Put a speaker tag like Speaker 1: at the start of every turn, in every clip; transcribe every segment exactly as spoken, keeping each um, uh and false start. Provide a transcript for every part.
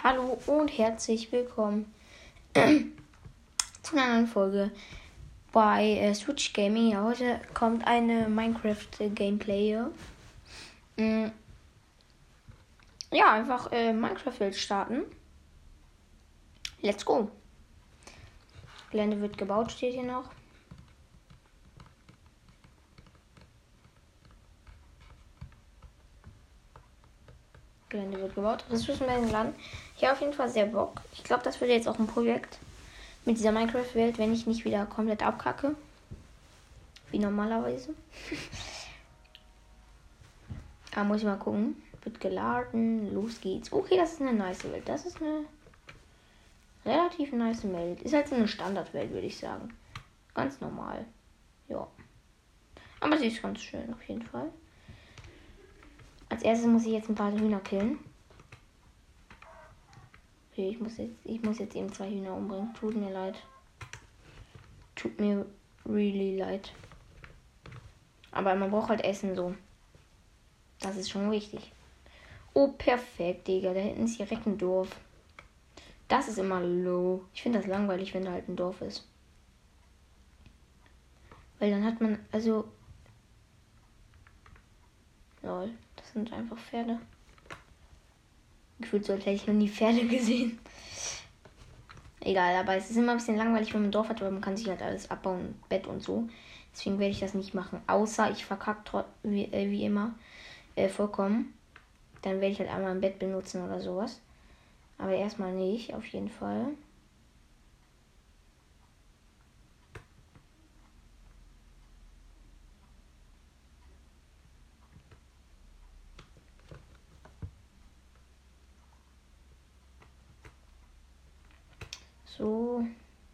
Speaker 1: Hallo und herzlich willkommen zu einer neuen Folge bei äh, Switch Gaming. Ja, heute kommt eine Minecraft-Gameplay. Mm, ja, einfach äh, Minecraft-Welt starten. Let's go. Gelände wird gebaut, steht hier noch. Gelände wird gebaut. Ressourcen geladen. Ich habe auf jeden Fall sehr Bock. Ich glaube, das wird jetzt auch ein Projekt mit dieser Minecraft-Welt, wenn ich nicht wieder komplett abkacke. Wie normalerweise. Da muss ich mal gucken. Wird geladen. Los geht's. Okay, das ist eine nice Welt. Das ist eine relativ nice Welt. Ist halt so eine Standardwelt, würde ich sagen. Ganz normal. Ja. Aber sie ist ganz schön auf jeden Fall. Als erstes muss ich jetzt ein paar Hühner killen. Okay, ich muss jetzt, ich muss jetzt eben zwei Hühner umbringen. Tut mir leid. Tut mir really leid. Aber man braucht halt Essen so. Das ist schon wichtig. Oh, perfekt, Digga. Da hinten ist direkt ein Dorf. Das ist immer low. Ich finde das langweilig, wenn da halt ein Dorf ist. Weil dann hat man, also... Lol, das sind einfach Pferde. Gefühlt so, als hätte ich noch nie Pferde gesehen. Egal, aber es ist immer ein bisschen langweilig, wenn man ein Dorf hat, weil man kann sich halt alles abbauen, Bett und so. Deswegen werde ich das nicht machen. Außer ich verkacke wie, äh, wie immer äh, vollkommen. Dann werde ich halt einmal ein Bett benutzen oder sowas. Aber erstmal nicht, auf jeden Fall. So.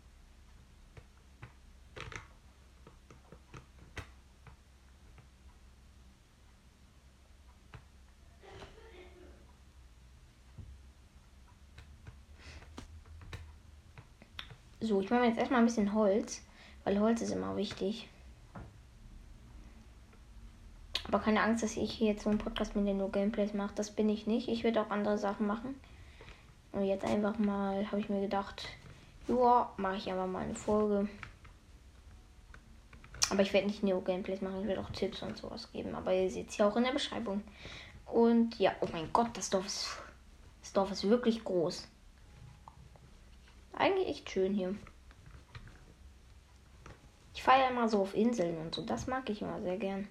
Speaker 1: So, ich mache mir jetzt erstmal ein bisschen Holz, weil Holz ist immer wichtig. Aber keine Angst, dass ich hier jetzt so einen Podcast mit den nur Gameplays mache. Das bin ich nicht. Ich werde auch andere Sachen machen. Und jetzt einfach mal, habe ich mir gedacht, ja, mache ich einfach mal eine Folge. Aber ich werde nicht nur Gameplays machen, ich werde auch Tipps und sowas geben. Aber ihr seht es ja auch in der Beschreibung. Und ja, oh mein Gott, das Dorf ist, das Dorf ist wirklich groß. Eigentlich echt schön hier. Ich feiere immer so auf Inseln und so. Das mag ich immer sehr gern.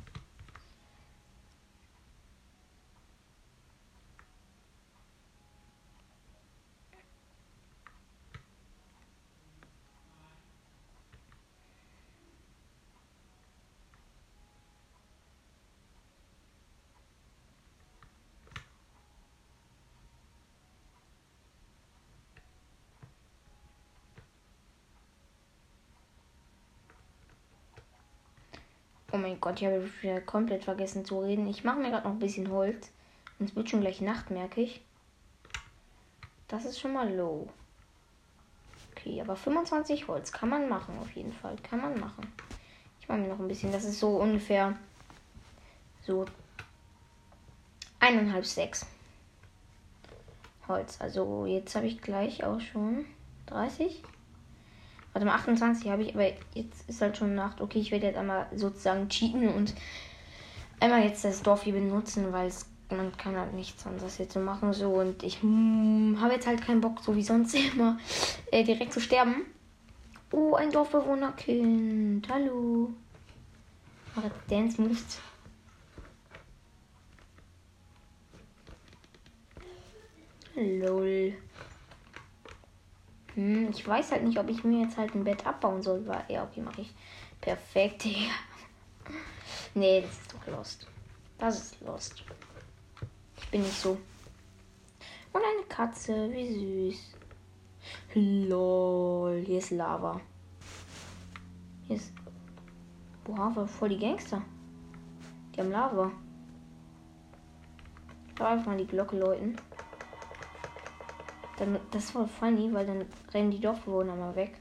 Speaker 1: Oh mein Gott, ich habe wieder komplett vergessen zu reden. Ich mache mir gerade noch ein bisschen Holz. Und es wird schon gleich Nacht, merke ich. Das ist schon mal low. Okay, aber fünfundzwanzig Holz kann man machen, auf jeden Fall. Kann man machen. Ich mache mir noch ein bisschen. Das ist so ungefähr so eineinhalb Stacks Holz. Also jetzt habe ich gleich auch schon dreißig. Warte mal, achtundzwanzig habe ich, aber jetzt ist halt schon Nacht. Okay, ich werde jetzt einmal sozusagen cheaten und einmal jetzt das Dorf hier benutzen, weil es, man kann halt nichts anderes jetzt so machen. So, und ich hm, habe jetzt halt keinen Bock, so wie sonst immer, äh, direkt zu sterben. Oh, ein Dorfbewohnerkind. Hallo. Mache Dance Moves. Lol. Hm, ich weiß halt nicht, ob ich mir jetzt halt ein Bett abbauen soll. Weil, ja, okay, mache ich. Perfekt, Digga. Nee, das ist doch Lost. Das ist Lost. Ich bin nicht so. Und eine Katze, wie süß. Lol, hier ist Lava. Hier ist... Boah, voll die Gangster. Die haben Lava. Ich darf einfach mal die Glocke läuten. Dann, das ist voll funny, weil dann rennen die Dorfbewohner mal weg.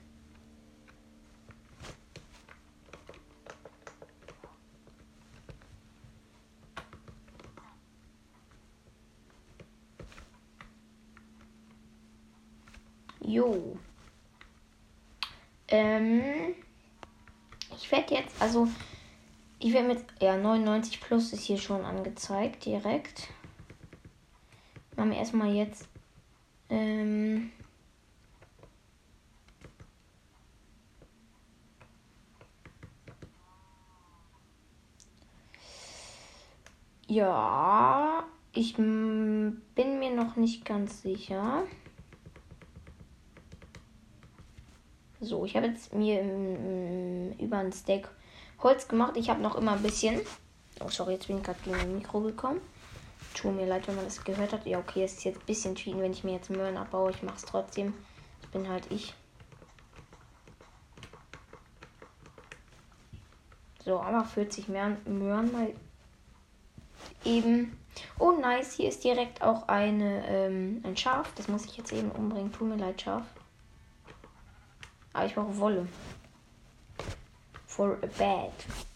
Speaker 1: Jo. Ähm, ich werde jetzt, also, ich werde mit, ja, neunundneunzig plus ist hier schon angezeigt, direkt. Machen wir erstmal jetzt, ähm, ja, ich m, bin mir noch nicht ganz sicher. So, ich habe jetzt mir m, über ein Stack Holz gemacht. Ich habe noch immer ein bisschen. Oh, sorry, jetzt bin ich gerade gegen ein Mikro gekommen. Tut mir leid, wenn man das gehört hat. Ja, okay, es ist jetzt ein bisschen cheaten, wenn ich mir jetzt Möhren abbaue. Ich mache es trotzdem. Das bin halt ich. So, aber vierzig Möhren, Möhren mal eben. Oh, nice. Hier ist direkt auch eine, ähm, ein Schaf. Das muss ich jetzt eben umbringen. Tut mir leid, Schaf. Aber ich brauche Wolle. For a bed.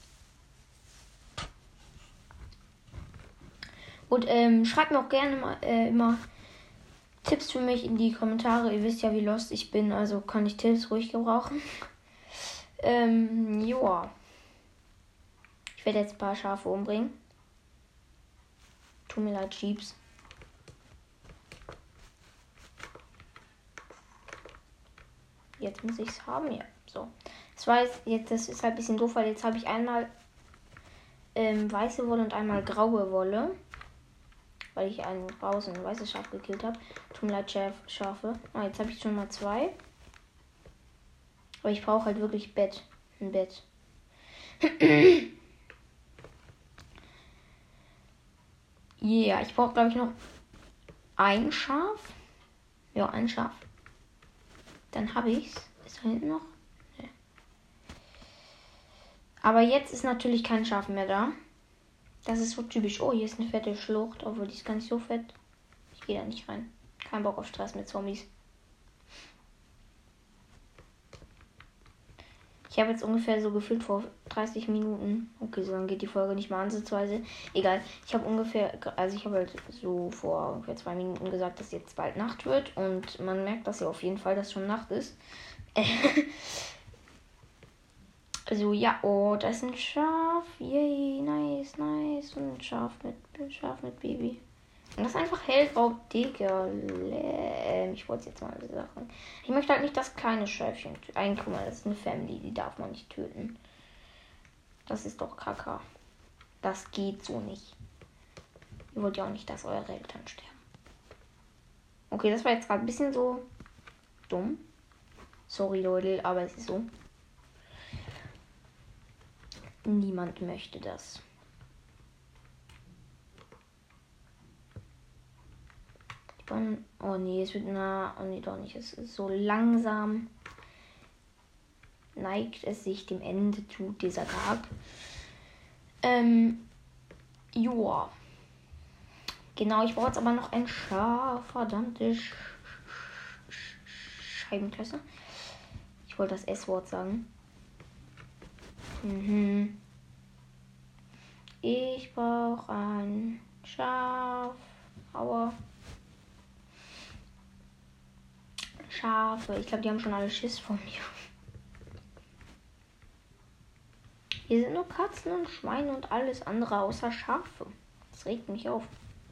Speaker 1: Und ähm, schreibt mir auch gerne mal, äh, immer Tipps für mich in die Kommentare. Ihr wisst ja, wie lost ich bin, also kann ich Tipps ruhig gebrauchen. ähm, joa. Ich werde jetzt ein paar Schafe umbringen. Tut mir leid, Sheeps. Jetzt muss ich es haben, ja. So. Das war jetzt, jetzt, das ist halt ein bisschen doof, weil jetzt habe ich einmal ähm, weiße Wolle und einmal graue Wolle. Weil ich ein graues und ein weißes Schaf gekillt habe. Tut mir leid, Schaf, Schafe. Ah, jetzt habe ich schon mal zwei. Aber ich brauche halt wirklich Bett. Ein Bett. Ja, yeah, ich brauche, glaube ich, noch ein Schaf. Ja, ein Schaf. Dann habe ich's. Ist da hinten noch? Nee. Aber jetzt ist natürlich kein Schaf mehr da. Das ist so typisch. Oh, hier ist eine fette Schlucht, obwohl die ist gar nicht so fett. Ich gehe da nicht rein. Kein Bock auf Stress mit Zombies. Ich habe jetzt ungefähr so gefühlt vor dreißig Minuten. Okay, so lange geht die Folge nicht mal ansatzweise. Egal. Ich habe ungefähr, also ich habe halt so vor ungefähr zwei Minuten gesagt, dass jetzt bald Nacht wird. Und man merkt das ja auf jeden Fall, dass schon Nacht ist. Also ja, oh, da ist ein Schaf. Yay, nice, nice. Und ein Schaf mit, ein Schaf mit Baby. Und das ist einfach hellgrau, Digga. Ähm, ich wollte es jetzt mal sagen. Ich möchte halt nicht das kleine Schäfchen töten. Eigentlich, guck mal, das ist eine Family, die darf man nicht töten. Das ist doch kacke. Das geht so nicht. Ihr wollt ja auch nicht, dass eure Eltern sterben. Okay, das war jetzt gerade ein bisschen so dumm. Sorry, Leute, aber es ist so. Niemand möchte das. Oh nee, es wird nah. Oh nee, doch nicht. Es ist so langsam. Neigt es sich dem Ende zu, dieser Tag. Ähm. Joa. Genau, ich brauche jetzt aber noch ein Schaf. Verdammte Sch Scheibenklasse. Ich wollte das S-Wort sagen. Mhm. Ich brauche ein Schaf. Aua. Schafe. Ich glaube, die haben schon alle Schiss vor mir. Hier sind nur Katzen und Schweine und alles andere außer Schafe. Das regt mich auf.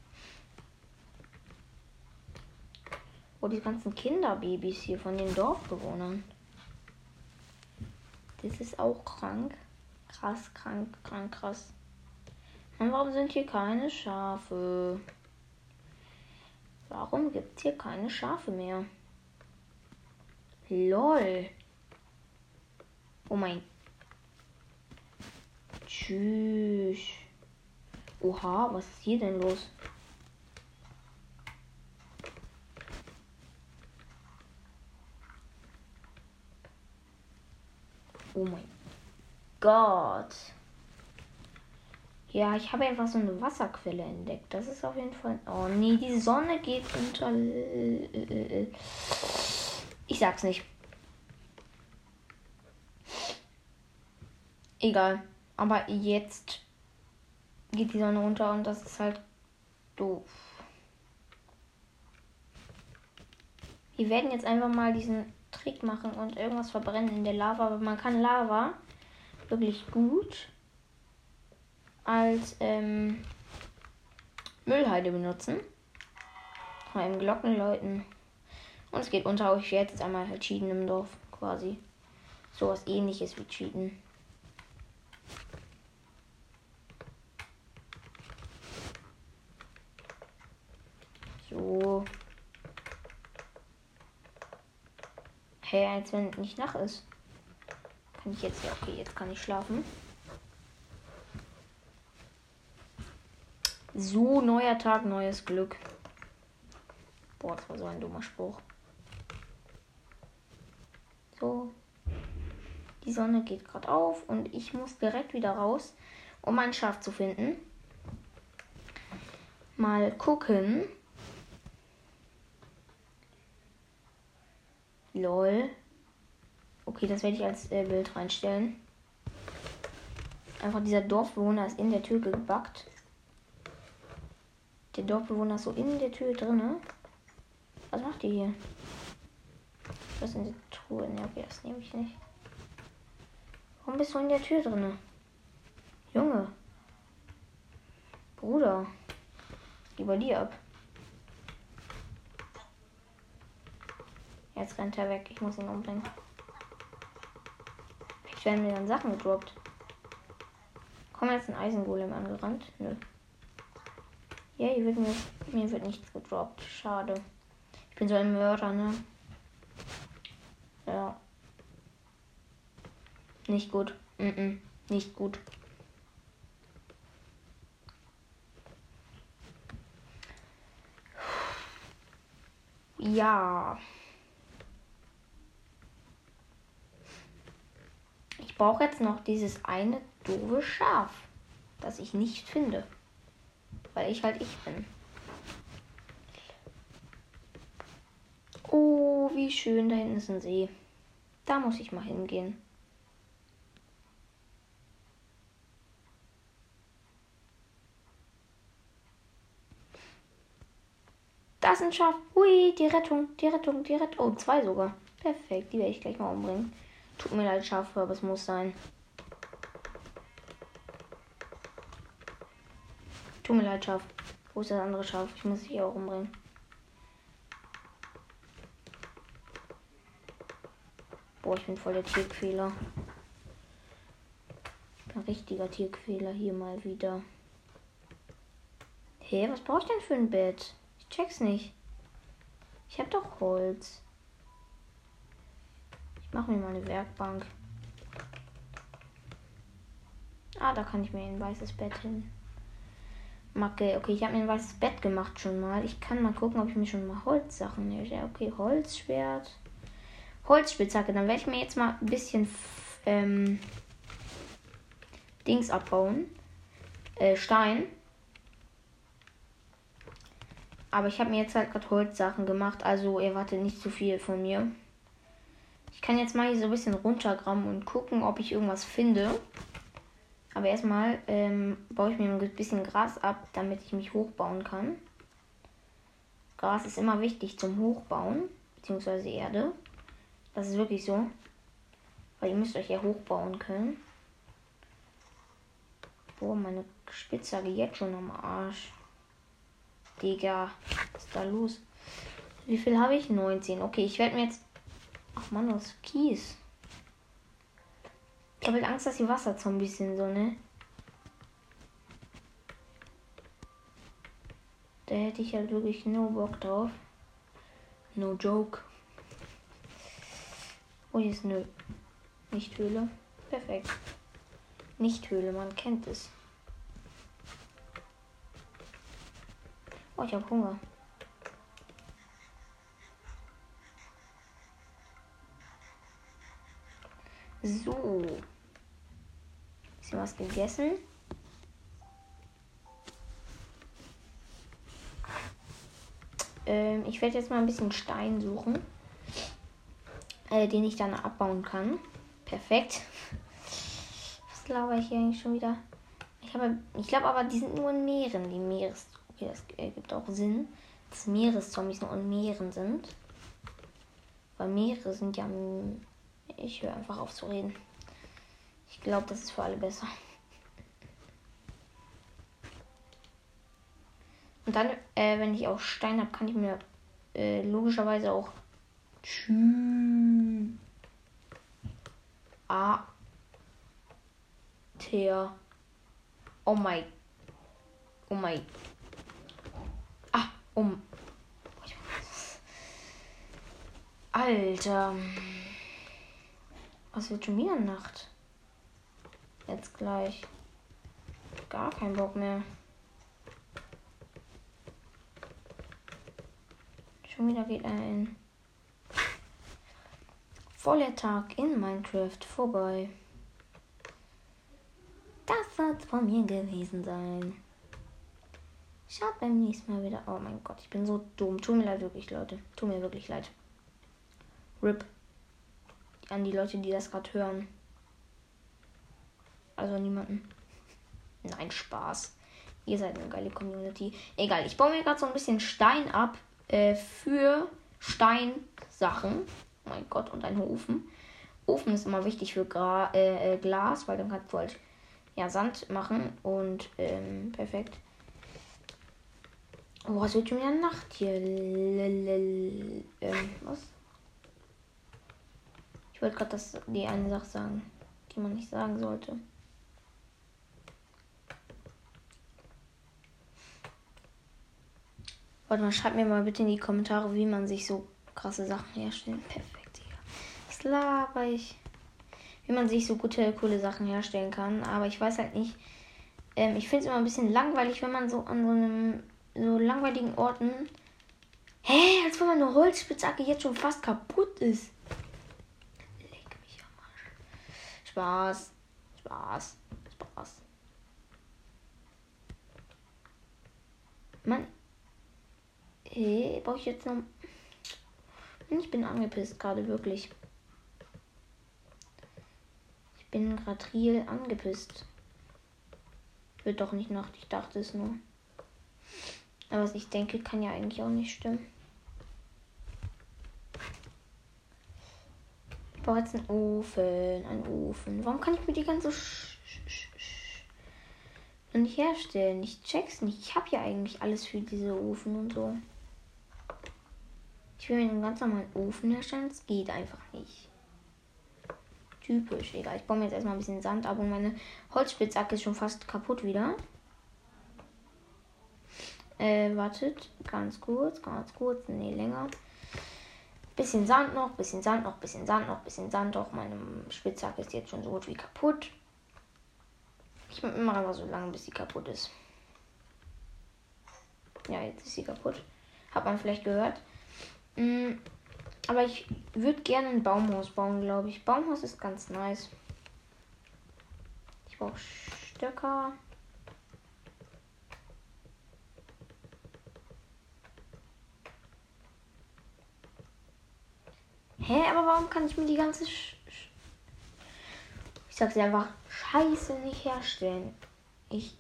Speaker 1: Oh, die ganzen Kinderbabys hier von den Dorfbewohnern. Das ist auch krank. Krass, krank, krank, krass. Und warum sind hier keine Schafe? Warum gibt es hier keine Schafe mehr? Lol. Oh mein. Tschüss. Oha, was ist hier denn los? Oh mein Gott. Ja, ich habe einfach so eine Wasserquelle entdeckt. Das ist auf jeden Fall... Oh nee, die Sonne geht unter... Ich sag's nicht. Egal. Aber jetzt geht die Sonne unter und das ist halt doof. Wir werden jetzt einfach mal diesen Trick machen und irgendwas verbrennen in der Lava. Aber man kann Lava wirklich gut als ähm, Müllhalde benutzen. Mal im Glocken läuten. Und es geht unter. Ich werde jetzt einmal halt cheaten im Dorf quasi. Sowas ähnliches wie cheaten. So. Hey, als wenn es nicht nach ist. Kann ich jetzt ja, okay, jetzt kann ich schlafen. So, neuer Tag, neues Glück. Boah, das war so ein dummer Spruch. So. Die Sonne geht gerade auf und ich muss direkt wieder raus, um ein Schaf zu finden. Mal gucken. Lol. Okay, das werde ich als äh, Bild reinstellen. Einfach dieser Dorfbewohner ist in der Tür gebackt. Der Dorfbewohner ist so in der Tür drinne. Was macht ihr hier? Was ist in der Truhe? Ne, okay, das nehme ich nicht. Warum bist du in der Tür drinne? Junge. Bruder. Geh bei dir ab. Jetzt rennt er weg. Ich muss ihn umbringen. Vielleicht werden mir dann Sachen gedroppt. Kommt jetzt ein Eisengolem angerannt? Nö. Ja, hier wird mir, mir wird nichts gedroppt. Schade. Ich bin so ein Mörder, ne? Ja. Nicht gut. Mm-mm. Nicht gut. Ja. Ich brauche jetzt noch dieses eine doofe Schaf, das ich nicht finde. Weil ich halt ich bin. Oh, wie schön. Da hinten ist ein See. Da muss ich mal hingehen. Da ist ein Schaf. Hui, die Rettung, die Rettung, die Rettung. Oh, zwei sogar. Perfekt, die werde ich gleich mal umbringen. Tut mir leid, Schaf, aber es muss sein. Tut mir leid, Schaf. Wo ist das andere Schaf? Ich muss dich auch umbringen. Boah, ich bin voll der Tierquäler. Ich bin ein richtiger Tierquäler hier mal wieder. Hey, was brauche ich denn für ein Bett? Ich check's nicht. Ich habe doch Holz. Ich mache mir mal eine Werkbank. Ah, da kann ich mir ein weißes Bett hin. Macke. Okay, ich habe mir ein weißes Bett gemacht schon mal. Ich kann mal gucken, ob ich mir schon mal Holzsachen nehme. Ja, okay, Holzschwert. Holzspitzhacke. Dann werde ich mir jetzt mal ein bisschen ähm, Dings abbauen. Äh, Stein. Aber ich habe mir jetzt halt gerade Holzsachen gemacht. Also erwartet nicht zu viel von mir. Ich kann jetzt mal hier so ein bisschen runtergraben und gucken, ob ich irgendwas finde. Aber erstmal ähm, baue ich mir ein bisschen Gras ab, damit ich mich hochbauen kann. Gras ist immer wichtig zum Hochbauen, beziehungsweise Erde. Das ist wirklich so. Weil ihr müsst euch ja hochbauen können. Boah, meine Spitzhacke jetzt schon am Arsch. Digga, was ist da los? Wie viel habe ich? neunzehn. Okay, ich werde mir jetzt... Ach man, was ist Kies? Ich habe halt Angst, dass die Wasserzombies sind, so, ne? Da hätte ich halt wirklich no Bock drauf. No joke. Oh, hier ist eine Nicht-Höhle. Perfekt. Nicht-Höhle, man kennt es. Oh, ich habe Hunger. So. Bisschen was gegessen. Ähm, ich werde jetzt mal ein bisschen Stein suchen, äh, den ich dann abbauen kann. Perfekt. Was laber ich hier eigentlich schon wieder? Ich habe, ich glaube aber, die sind nur in Meeren, die Meeres. Okay, das ergibt auch Sinn, dass Meereszombies nur in Meeren sind. Weil Meere sind ja... Ich höre einfach auf zu reden. Ich glaube, das ist für alle besser. Und dann, äh, wenn ich auch Stein habe, kann ich mir äh, logischerweise auch Tschü A Ter Oh mein Oh mein Ah, um Alter. Was wird schon wieder Nacht? Jetzt gleich. Gar kein Bock mehr. Schon wieder geht ein voller Tag in Minecraft vorbei. Das soll von mir gewesen sein. Schaut beim nächsten Mal wieder. Oh mein Gott, ich bin so dumm. Tut mir leid, wirklich, Leute. Tut mir wirklich leid. R I P. An die Leute, die das gerade hören. Also niemanden. Nein, Spaß. Ihr seid eine geile Community. Egal, ich baue mir gerade so ein bisschen Stein ab. Äh, für Steinsachen. Oh mein Gott, und ein Ofen. Ofen ist immer wichtig für Gra äh, äh, Glas, weil dann kannst du halt ja, Sand machen. Und ähm, perfekt. Oh, es wird schon wieder Nacht hier. Lelele. Ähm, was? Ich wollte gerade das die eine Sache sagen, die man nicht sagen sollte. Warte mal, schreibt mir mal bitte in die Kommentare, wie man sich so krasse Sachen herstellt. Perfekt, Digga. Was laber ich? Wie man sich so gute, coole Sachen herstellen kann. Aber ich weiß halt nicht. Ähm, ich finde es immer ein bisschen langweilig, wenn man so an so einem so langweiligen Orten. Hä? Als wenn meine Holzspitzhacke jetzt schon fast kaputt ist. Leck mich am Arsch. Spaß. Spaß. Spaß. Mann. Hey, brauche ich jetzt noch... Ich bin angepisst gerade, wirklich. Ich bin gerade real angepisst. Wird doch nicht Nacht, ich dachte es nur. Aber was ich denke, kann ja eigentlich auch nicht stimmen. Ich brauche jetzt einen Ofen, einen Ofen. Warum kann ich mir die ganze Sch Sch Sch nicht herstellen? Ich check's nicht. Ich habe ja eigentlich alles für diese Ofen und so. Ich will mir einen ganz normalen Ofen herstellen. Es geht einfach nicht. Typisch, egal. Ich baue mir jetzt erstmal ein bisschen Sand ab und meine Holzspitzhacke ist schon fast kaputt wieder. Äh, wartet. Ganz kurz, ganz kurz. Nee, länger. Bisschen Sand noch, bisschen Sand noch, bisschen Sand noch, bisschen Sand noch. Meine Spitzhacke ist jetzt schon so gut wie kaputt. Ich mache aber so lange, bis sie kaputt ist. Ja, jetzt ist sie kaputt. Hat man vielleicht gehört. Mhm. Aber ich würde gerne ein Baumhaus bauen, glaube ich. Baumhaus ist ganz nice. Ich brauche Stöcker. Hä, aber warum kann ich mir die ganze... Sch Sch ich sag's dir einfach, Scheiße nicht herstellen. Ich...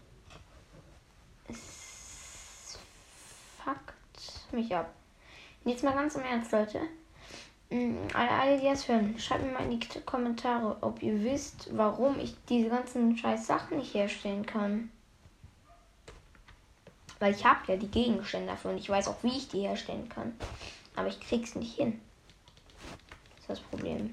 Speaker 1: Es fuckt mich ab. Und jetzt mal ganz im Ernst, Leute. Alle, alle, die das hören, schreibt mir mal in die Kommentare, ob ihr wisst, warum ich diese ganzen scheiß Sachen nicht herstellen kann. Weil ich habe ja die Gegenstände dafür und ich weiß auch, wie ich die herstellen kann. Aber ich krieg's nicht hin. Das ist das Problem.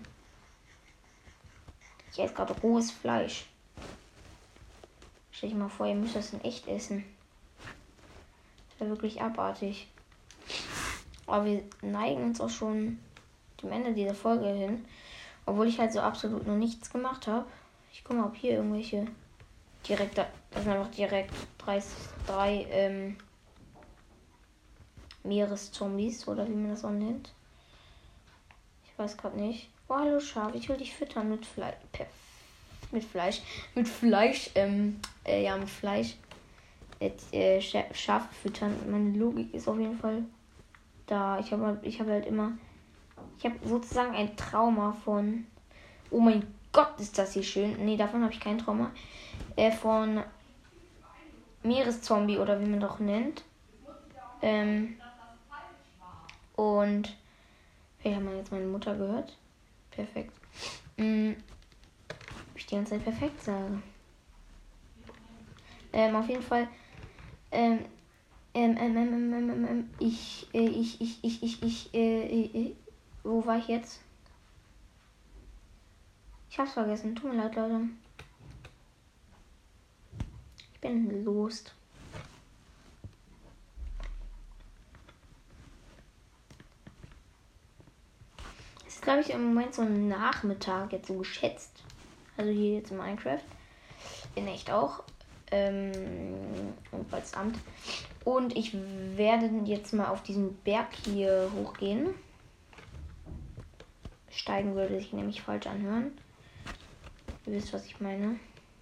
Speaker 1: Ich esse gerade rohes Fleisch. Stell dich mal vor, ihr müsst das in echt essen. Das wäre wirklich abartig. Aber wir neigen uns auch schon dem Ende dieser Folge hin. Obwohl ich halt so absolut noch nichts gemacht habe. Ich gucke mal, ob hier irgendwelche direkt, das sind einfach direkt drei ähm, Meereszombies oder wie man das auch nennt. Ich weiß gerade nicht. Oh, hallo Schaf, ich will dich füttern mit Fleisch. Mit Fleisch. Mit Fleisch, ähm, äh, ja, mit Fleisch. Jetzt, äh, Schaf füttern. Meine Logik ist auf jeden Fall da. Ich habe ich hab halt immer. Ich habe sozusagen ein Trauma von. Oh mein Gott, ist das hier schön. Nee, davon habe ich kein Trauma. Äh, von Meereszombie oder wie man doch nennt. Ähm. Und Hey, haben wir jetzt meine Mutter gehört? Perfekt. Hm. Ob ich die ganze Zeit perfekt sage. Ähm, auf jeden Fall. Ähm, ähm, ähm, ähm, ähm, ähm, ähm, ich, äh, ich, ich, ich, ich, ich, äh, äh, wo war ich jetzt? Ich hab's vergessen. Tut mir leid, Leute. Ich bin lost. Es ist, glaube ich, im Moment so ein Nachmittag jetzt so geschätzt. Also hier jetzt in Minecraft. In echt auch. Ähm, und als Amt. Und ich werde jetzt mal auf diesen Berg hier hochgehen. Steigen würde sich nämlich falsch anhören. Ihr wisst, was ich meine.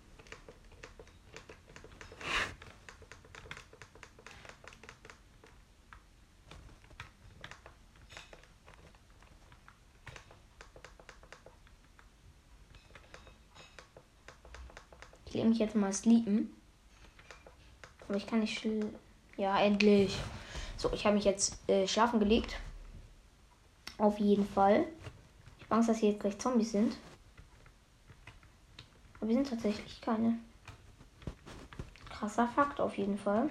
Speaker 1: Ich lege mich jetzt mal sleepen. Aber ich kann nicht schl... Ja, endlich. So, ich habe mich jetzt äh, schlafen gelegt. Auf jeden Fall. Ich habe Angst, dass hier jetzt gleich Zombies sind. Aber wir sind tatsächlich keine. Krasser Fakt auf jeden Fall.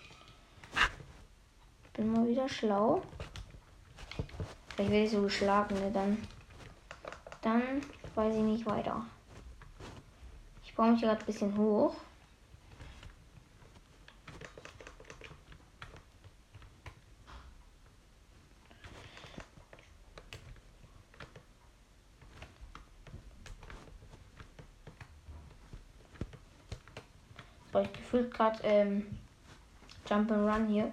Speaker 1: Bin mal wieder schlau. Vielleicht werde ich so geschlagen, ne? Dann, dann weiß ich nicht weiter. Ich baue mich gerade ein bisschen hoch. So, ich gefühlt gerade ähm, Jump and Run hier.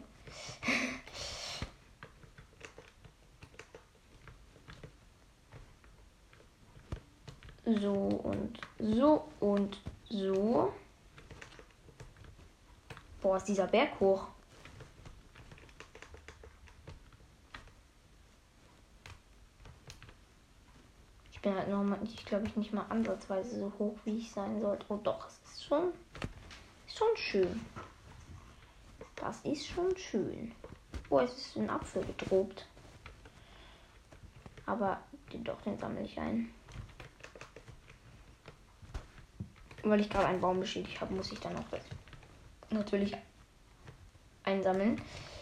Speaker 1: So und so und so. Boah, ist dieser Berg hoch. Ich bin halt noch mal, ich glaube ich nicht mal ansatzweise so hoch, wie ich sein sollte. Oh doch, es ist schon, ist schon schön. Das ist schon schön. Oh, es ist ein Apfel gedroht. Aber den, doch, den sammle ich ein. Weil ich gerade einen Baum beschädigt habe, muss ich dann auch das natürlich einsammeln.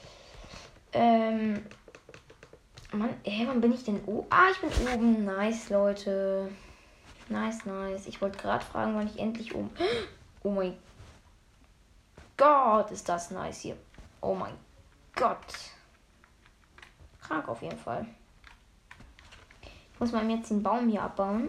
Speaker 1: Ähm. Mann, hä, wann bin ich denn oben? Ah, ich bin oben. Nice, Leute. Nice, nice. Ich wollte gerade fragen, wann ich endlich oben. Oh mein Gott, ist das nice hier. Oh mein Gott. Krank auf jeden Fall. Ich muss mal jetzt den Baum hier abbauen.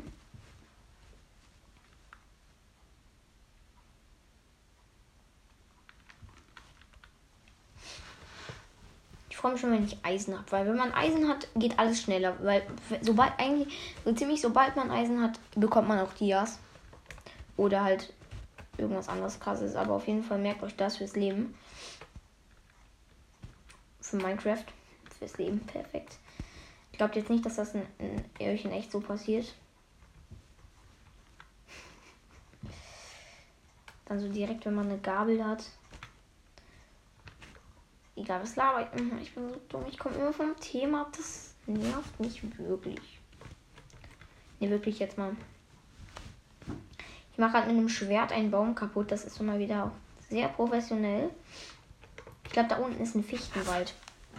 Speaker 1: Ich freue mich schon, wenn ich Eisen habe, weil wenn man Eisen hat, geht alles schneller. Weil sobald eigentlich, so ziemlich sobald man Eisen hat, bekommt man auch Dias. Oder halt irgendwas anderes krasses. Aber auf jeden Fall merkt euch das fürs Leben. Für Minecraft. Fürs Leben. Perfekt. Ich glaube jetzt nicht, dass das in, in, euch in echt so passiert. Dann so direkt, wenn man eine Gabel hat. Egal, was laber ich. Ich bin so dumm. Ich komme immer vom Thema ab. Das nervt mich wirklich. Ne, wirklich jetzt mal. Ich mache halt mit einem Schwert einen Baum kaputt. Das ist schon mal wieder sehr professionell. Ich glaube, da unten ist ein Fichtenwald.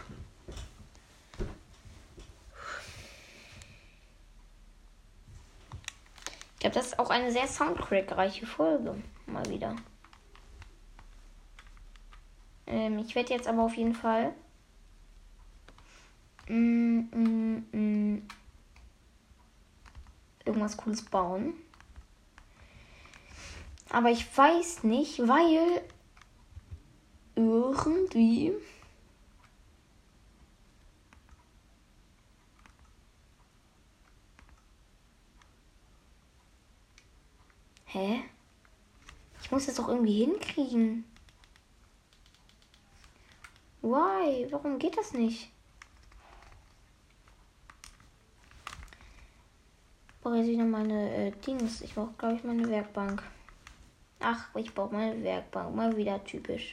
Speaker 1: Ich glaube, das ist auch eine sehr Soundcrack-reiche Folge. Mal wieder. Ähm, ich werde jetzt aber auf jeden Fall mm, mm, mm, irgendwas Cooles bauen. Aber ich weiß nicht, weil irgendwie Hä? Ich muss das doch irgendwie hinkriegen. Why? Warum geht das nicht? Ich brauche jetzt wieder meine äh, Dings. Ich brauche, glaube ich, meine Werkbank. Ach, ich brauche meine Werkbank. Mal wieder typisch.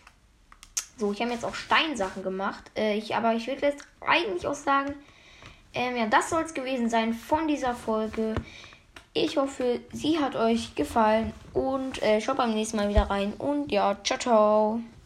Speaker 1: So, ich habe jetzt auch Steinsachen gemacht. Äh, ich, aber ich würde jetzt eigentlich auch sagen, Ähm, ja, das soll es gewesen sein von dieser Folge. Ich hoffe, sie hat euch gefallen und äh, schaut beim nächsten Mal wieder rein. Und ja, ciao, ciao.